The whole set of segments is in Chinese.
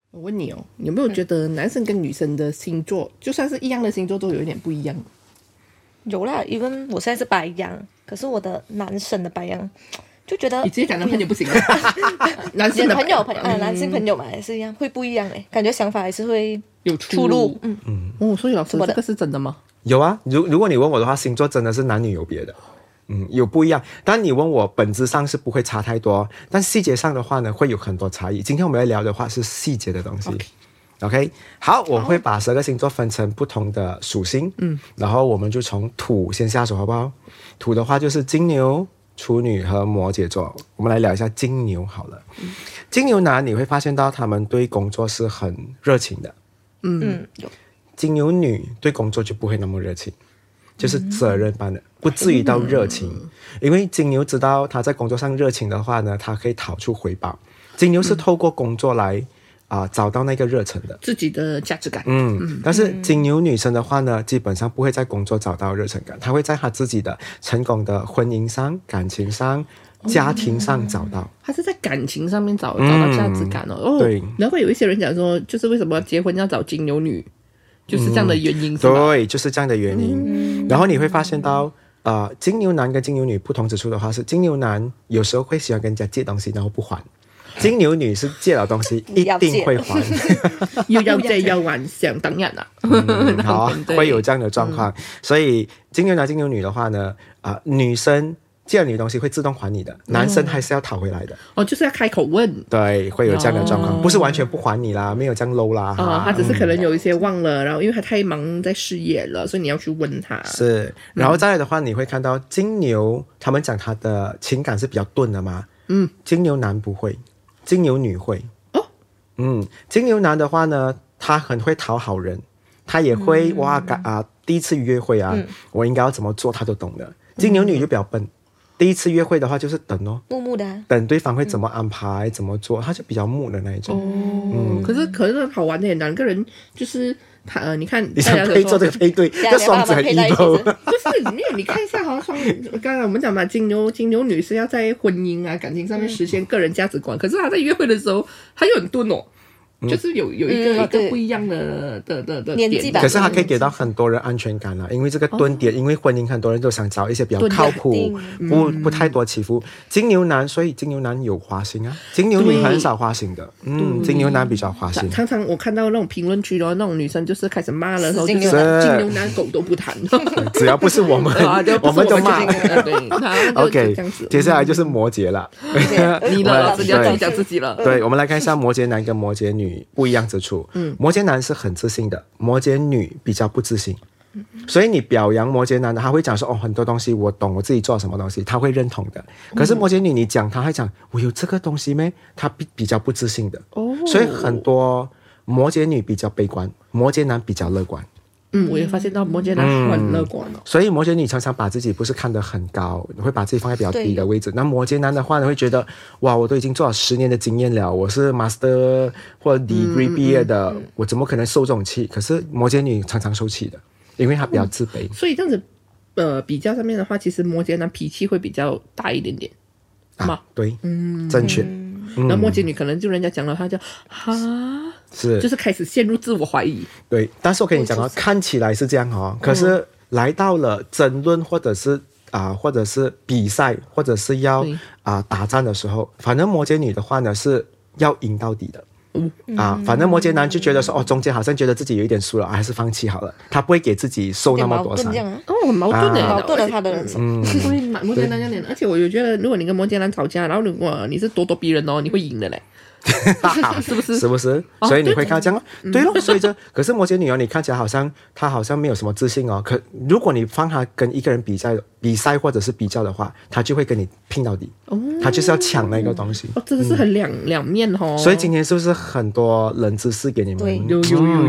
我问你哦，有没有觉得男生跟女生的星座，就算是一样的星座，都有一点不一样？ 有啦，因为我现在是白羊，可是我的男生的白羊就觉得你直接讲男朋友不行啊？男生的朋友男性朋友嘛也是一样，会不一样诶，感觉想法还是会有出入。哦，所以老师什么的这个是真的吗？ 有啊，如果你问我的话，星座真的是男女有别的。有不一样，但你问我本质上是不会差太多，但细节上的话呢，会有很多差异。今天我们要聊的话是细节的东西。OK， 好，我会把12个星座分成不同的属性，然后我们就从土先下手，好不好？土的话就是金牛、处女和摩羯座。我们来聊一下金牛好了。金牛男你会发现到他们对工作是很热情的， 有。 金牛女对工作就不会那么热情，就是责任般的，不至于到热情。因为金牛知道他在工作上热情的话呢，他可以讨出回报。金牛是透过工作来找到那个热忱的， 自己的价值感。 但是金牛女生的话呢，基本上不会在工作找到热忱感，她会在她自己的成功的婚姻上、感情上、家庭上找到。 他是在感情上面找到价值感哦。 对， 难怪有一些人讲说，就是为什么结婚要找金牛女，就是这样的原因。 对，就是这样的原因。然后你会发现到金牛男跟金牛女不同之处的话是，金牛男有时候会喜欢跟人家借东西然后不还，金牛女是借了东西一定会还。 又要借要还，想当然啦。 好，会有这样的状况。所以金牛男金牛女的话呢，女生借了你的东西会自动还你的，男生还是要讨回来的。 就是要开口问。 对，会有这样的状况，不是完全不还你啦，没有这样 low 啦。 他只是可能有一些忘了，然后因为他太忙在事业了，所以你要去问他。 是，然后再来的话，你会看到金牛，他们讲他的情感是比较钝的嘛。金牛男不会，金牛女会。金牛男的话呢，他很会讨好人，他也会第一次约会我应该要怎么做，他都懂的。金牛女就比较笨。第一次约会的话就是等木木的等对方会怎么安排怎么做，他就比较木的那一种。 可是好玩的，两个人就是他你看你想配做这个配对，这双子很 evil。 不是，因为你看一下刚才我们讲嘛，金牛女是要在婚姻感情上面实现个人价值观，可是他在约会的时候他又很钝哦。就是有一个不一样的年纪吧， 可是他可以给到很多人安全感因为这个蹲点，因为婚姻很多人都想找一些比较靠谱，不太多起伏。金牛男，所以金牛男有花心金牛女很少花心的。金牛男比较花心。 常常我看到那种评论区那种女生就是开始骂的时候，就是金牛男狗都不谈。 只要不是我们，我们都骂。OK， 接下来就是摩羯了。 你了，你要讲自己了。 对，我们来看一下摩羯男跟摩羯女不一样之处。摩羯男是很自信的，摩羯女比较不自信。所以你表扬摩羯男的，他会讲说很多东西我懂，我自己做什么东西他会认同的。可是摩羯女你讲他会讲我有这个东西咩，他比较不自信的。所以很多摩羯女比较悲观，摩羯男比较乐观。 我也发现到摩羯男很乐观所以摩羯女常常把自己不是看得很高，会把自己放在比较低的位置。那摩羯男的话呢，会觉得哇，我都已经做了10年的经验了，我是 master 或 degree 毕业的，我怎么可能受这种气？可是摩羯女常常受气的，因为她比较自卑。 所以这样子比较上面的话，其实摩羯男脾气会比较大一点点对，正确。 那摩羯女可能就人家讲了，她就就是开始陷入自我怀疑。 对，但是我跟你讲看起来是这样可是来到了争论或者是比赛，或者是要打仗的时候，反正摩羯女的话呢是要赢到底的。反正摩羯男就觉得说中间好像觉得自己有一点输了，还是放弃好了，他不会给自己受那么多伤。 很矛盾的， 矛盾了他的人生。 摩羯男这样，而且我就觉得，如果你跟摩羯男吵架，然后如果你是咄咄逼人你会赢的嘞。是不是？所以你会看到这样对咯。所以可是摩羯女你看起来她好像没有什么自信可如果你放她跟一个人比赛或者是比较的话，她就会跟你拼到底。她就是要抢那个东西。真的是很两面所以今天是不是很多冷知识给你们？有，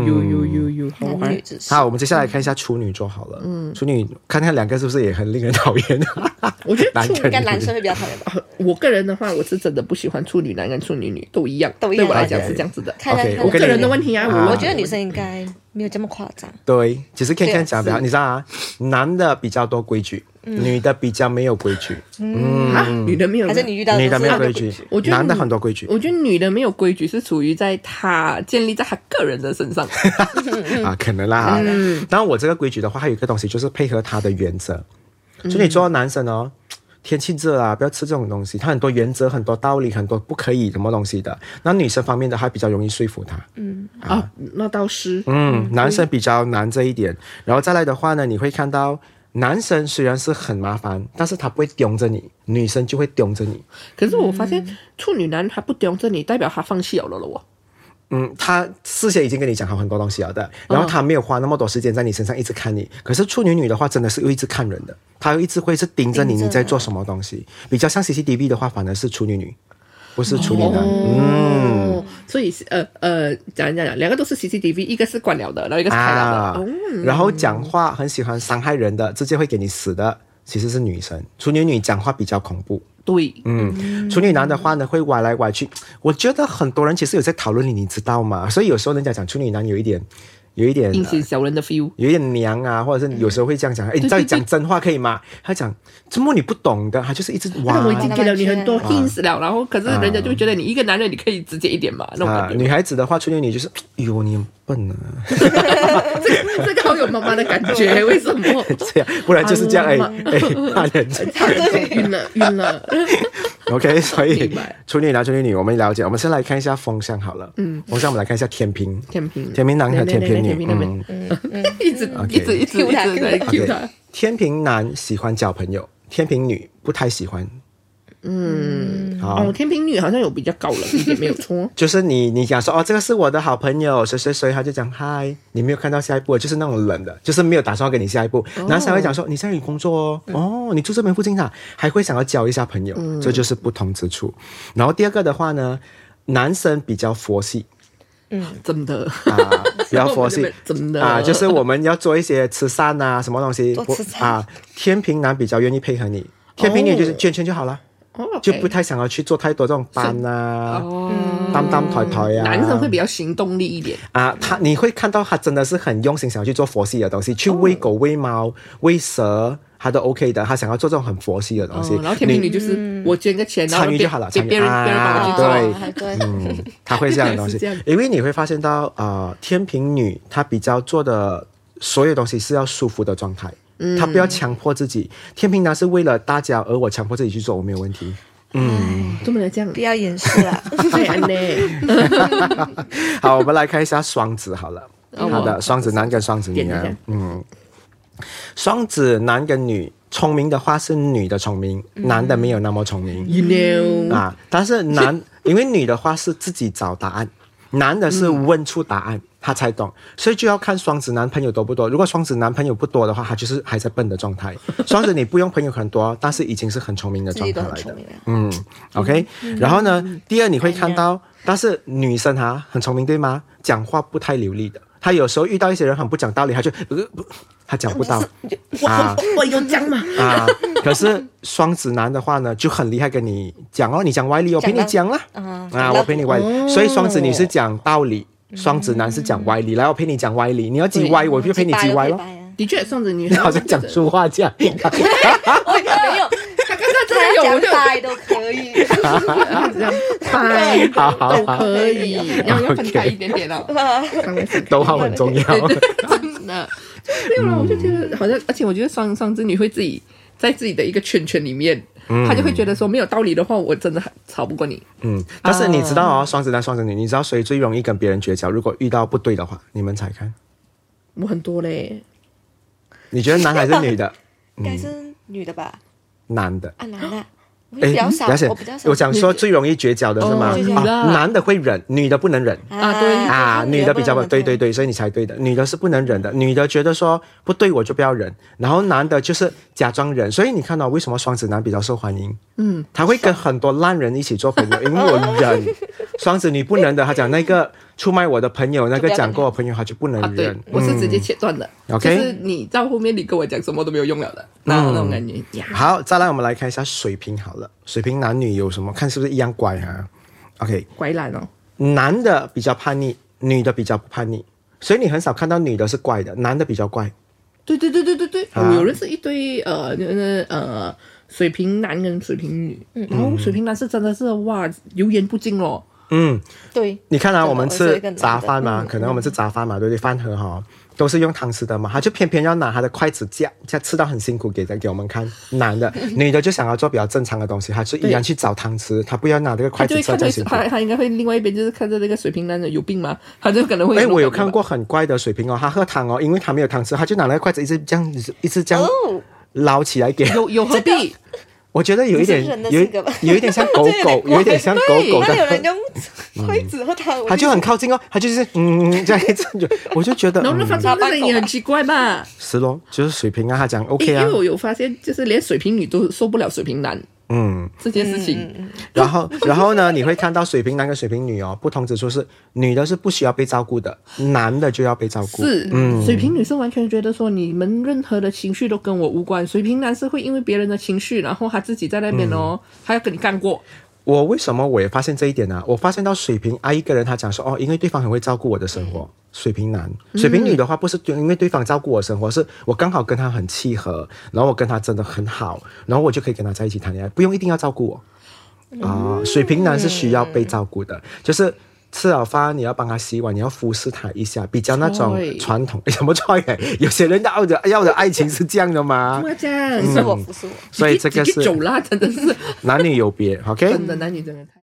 好，我们接下来看一下处女座好了。处女看看两个是不是也很令人讨厌？ 我觉得处女跟男生会比较讨厌吧。 我个人的话，我是真的不喜欢处女男跟处女女都一样， 对我来讲是这样子的。 OK， 我个人的问题啊， 我觉得女生应该没有这么夸张。 对，其实 Ken 讲比较，你知道啊，男的比较多规矩，女的比较没有规矩。 女的没有， 还是你遇到女的没有规矩？我觉得男的很多规矩。 我觉得女的没有规矩是属于在她建立在她个人的身上可能啦。当然，我这个规矩的话，还有一个东西就是配合他的原则。就你做男生哦。天气热啊，不要吃这种东西。他很多原则、很多道理、很多不可以什么东西的。那女生方面的还比较容易说服他。 那倒是。 男生比较难这一点。然后再来的话呢，你会看到男生虽然是很麻烦，但是他不会盯着你，女生就会盯着你。 可是我发现处女男他不盯着你，代表他放弃了咯。 他事先已经跟你讲好很多东西了的，然后他没有花那么多时间在你身上一直看你。可是处女的话，真的是会一直看人的，他一直会是盯着你在做什么东西。比较像 CCTV 的话，反而是处女，不是处女男。 所以讲两个都是 CCTV， 一个是关了的，然后一个是开了的。 然后讲话很喜欢伤害人的，直接会给你死的，其实是女生。处女讲话比较恐怖。 对， 处女男的话呢，会歪来歪去。我觉得很多人其实有在讨论你知道吗？所以有时候人家讲处女男有一点阴险小人的 feel， 有一点娘啊，或者是有时候会这样讲，你到底讲真话可以吗？他讲怎么你不懂的，他就是一直哇，我已经给了你很多 hints 了，然后可是人家就会觉得你一个男人你可以直接一点嘛，那种感觉。 女孩子的话，处女就是，哟，你很笨啊， 这个好有妈妈的感觉，为什么？ 这样，不然就是这样，怕人晕了。 OK， 所以处女男、处女女我们了解，我们先来看一下风象好了。风象我们来看一下天平男和天平女。 一直在 Q 他。 天平男喜欢交朋友，天平女不太喜欢。 天平女好像有比较高冷一点，没有错。 就是你讲说这个是我的好朋友谁谁谁，他就讲嗨，你没有看到下一步，就是那种冷的，就是没有打算要跟你下一步。男生会讲说你在这里工作你住这边附近啊，还会想要交一下朋友，这就是不同之处。然后第二个的话呢，男生比较佛系。 真的比较佛系， 真的就是我们要做一些慈善啊，什么东西天平男比较愿意配合你，天平女就是捐钱就好了。就不太想要去做太多这种班啊，担抬抬啊。 男生会比较行动力一点你会看到他真的是很用心想要去做佛系的东西，去喂狗、喂猫、喂蛇，他都 OK 的。他想要做这种很佛系的东西。 然后天平女就是我捐个钱， 参与就好了， 别人帮我去做。 对，他会这样的东西。因为你会发现到天平女她比较做的所有东西是要舒服的状态。他不要强迫自己，天平男是为了大家而我强迫自己去做，我没有问题。 怎么能这样？ 不要掩饰啦。 好，我们来看一下双子好了。好的，双子男跟双子女啊。双子男跟女聪明的话是女的聪明，男的没有那么聪明。但是因为女的话是自己找答案，男的是问出答案。他才懂，所以就要看双子男朋友多不多。如果双子男朋友不多的话，他就是还在笨的状态。双子你不用朋友很多，但是已经是很聪明的状态来的。OK。然后呢，第二你会看到，但是女生很聪明对吗？讲话不太流利的。她有时候遇到一些人很不讲道理，她就她讲不到。 我有讲嘛。 可是双子男的话呢，就很厉害，跟你讲你讲歪理，我陪你讲啦。我陪你歪理。所以双子女是讲道理。双子男是讲歪理，来我陪你讲歪理，你要挤歪我就陪你挤歪咯。 的确，双子女你好像讲粗话这样。 我没有，他刚才真的讲掰都可以， 这样掰都可以，要分开一点点哦。 逗号很重要， 真的。没有啦，我就觉得好像，而且我觉得双子女会自己在自己的一个圈里面。他就会觉得说没有道理的话，我真的吵不过你。 但是你知道双子男、双子女，你知道谁最容易跟别人绝交？如果遇到不对的话，你们猜看。 我很多嘞。 你觉得男还是女的？ 应该是女的吧。 男的。 男的。比较少，我比较少。 我想说最容易绝交的是吗？男的会忍，女的不能忍。 对女的比较对，所以你猜对的。女的是不能忍的，女的觉得说不对我就不要忍，然后男的就是假装忍。所以你看到为什么双子男比较受欢迎？他会跟很多烂人一起做朋友，因为我忍。双子女不能的，他讲那个出卖我的朋友，那个讲过的朋友，他就不能忍。 我是直接切断的。 OK， 就是你到后面你跟我讲什么都没有用了的，那种感觉。 好，再来我们来看一下水瓶好了。水瓶男女有什么？看是不是一样乖 OK， 怪懒哦。 男的比较叛逆，女的比较不叛逆，所以你很少看到女的是怪的，男的比较怪。 对，我有认识一对水瓶男跟水瓶女，然后水瓶男是真的是哇油盐不进咯。 对， 你看啊，我们吃我是一个男的杂饭嘛，可能我们吃杂饭嘛，对不对？饭盒哈都是用汤匙的嘛，他就偏偏要拿他的筷子夹吃到很辛苦给我们看。男的、女的就想要做比较正常的东西，他就一样去找汤匙，他不要拿这个筷子吃这样辛苦。 他应该会另外一边就是看着那个水瓶男的有病吗？他就可能会。 我有看过很怪的水瓶哦，他喝汤哦，因为他没有汤匙，他就拿那个筷子一直这样捞起来给。 有何必？ 我觉得有一点有一点像狗狗，有一点像狗狗的。 那有人用筷子和汤， 他就很靠近哦，他就是这样一直，我就觉得。 然后发出那声音也很奇怪吧？ 是咯，就是水瓶啊，他讲 OK 啊。 因为我有发现，就是连水瓶女都受不了水瓶男。这件事情。 然后呢，你会看到水瓶男跟水瓶女哦，不同之处是女的是不需要被照顾的，男的就要被照顾。 是，水瓶女是完全觉得说你们任何的情绪都跟我无关，水瓶男是会因为别人的情绪，然后他自己在那边他要跟你干过。 为什么我也发现这一点呢？我发现到水瓶一个人他讲说因为对方很会照顾我的生活。水瓶男，水瓶女的话不是因为对方照顾我生活，是我刚好跟他很契合，然后我跟他真的很好，然后我就可以跟他在一起谈恋爱，不用一定要照顾我。水瓶男是需要被照顾的，就是吃了饭你要帮他洗碗，你要服侍他一下，比较那种传统。什么错耶？有些人要的爱情是这样的吗？ 这样， 不是我，不是我。 所以这个是走啦，真的是男女有别。OK， 真的男女真的太。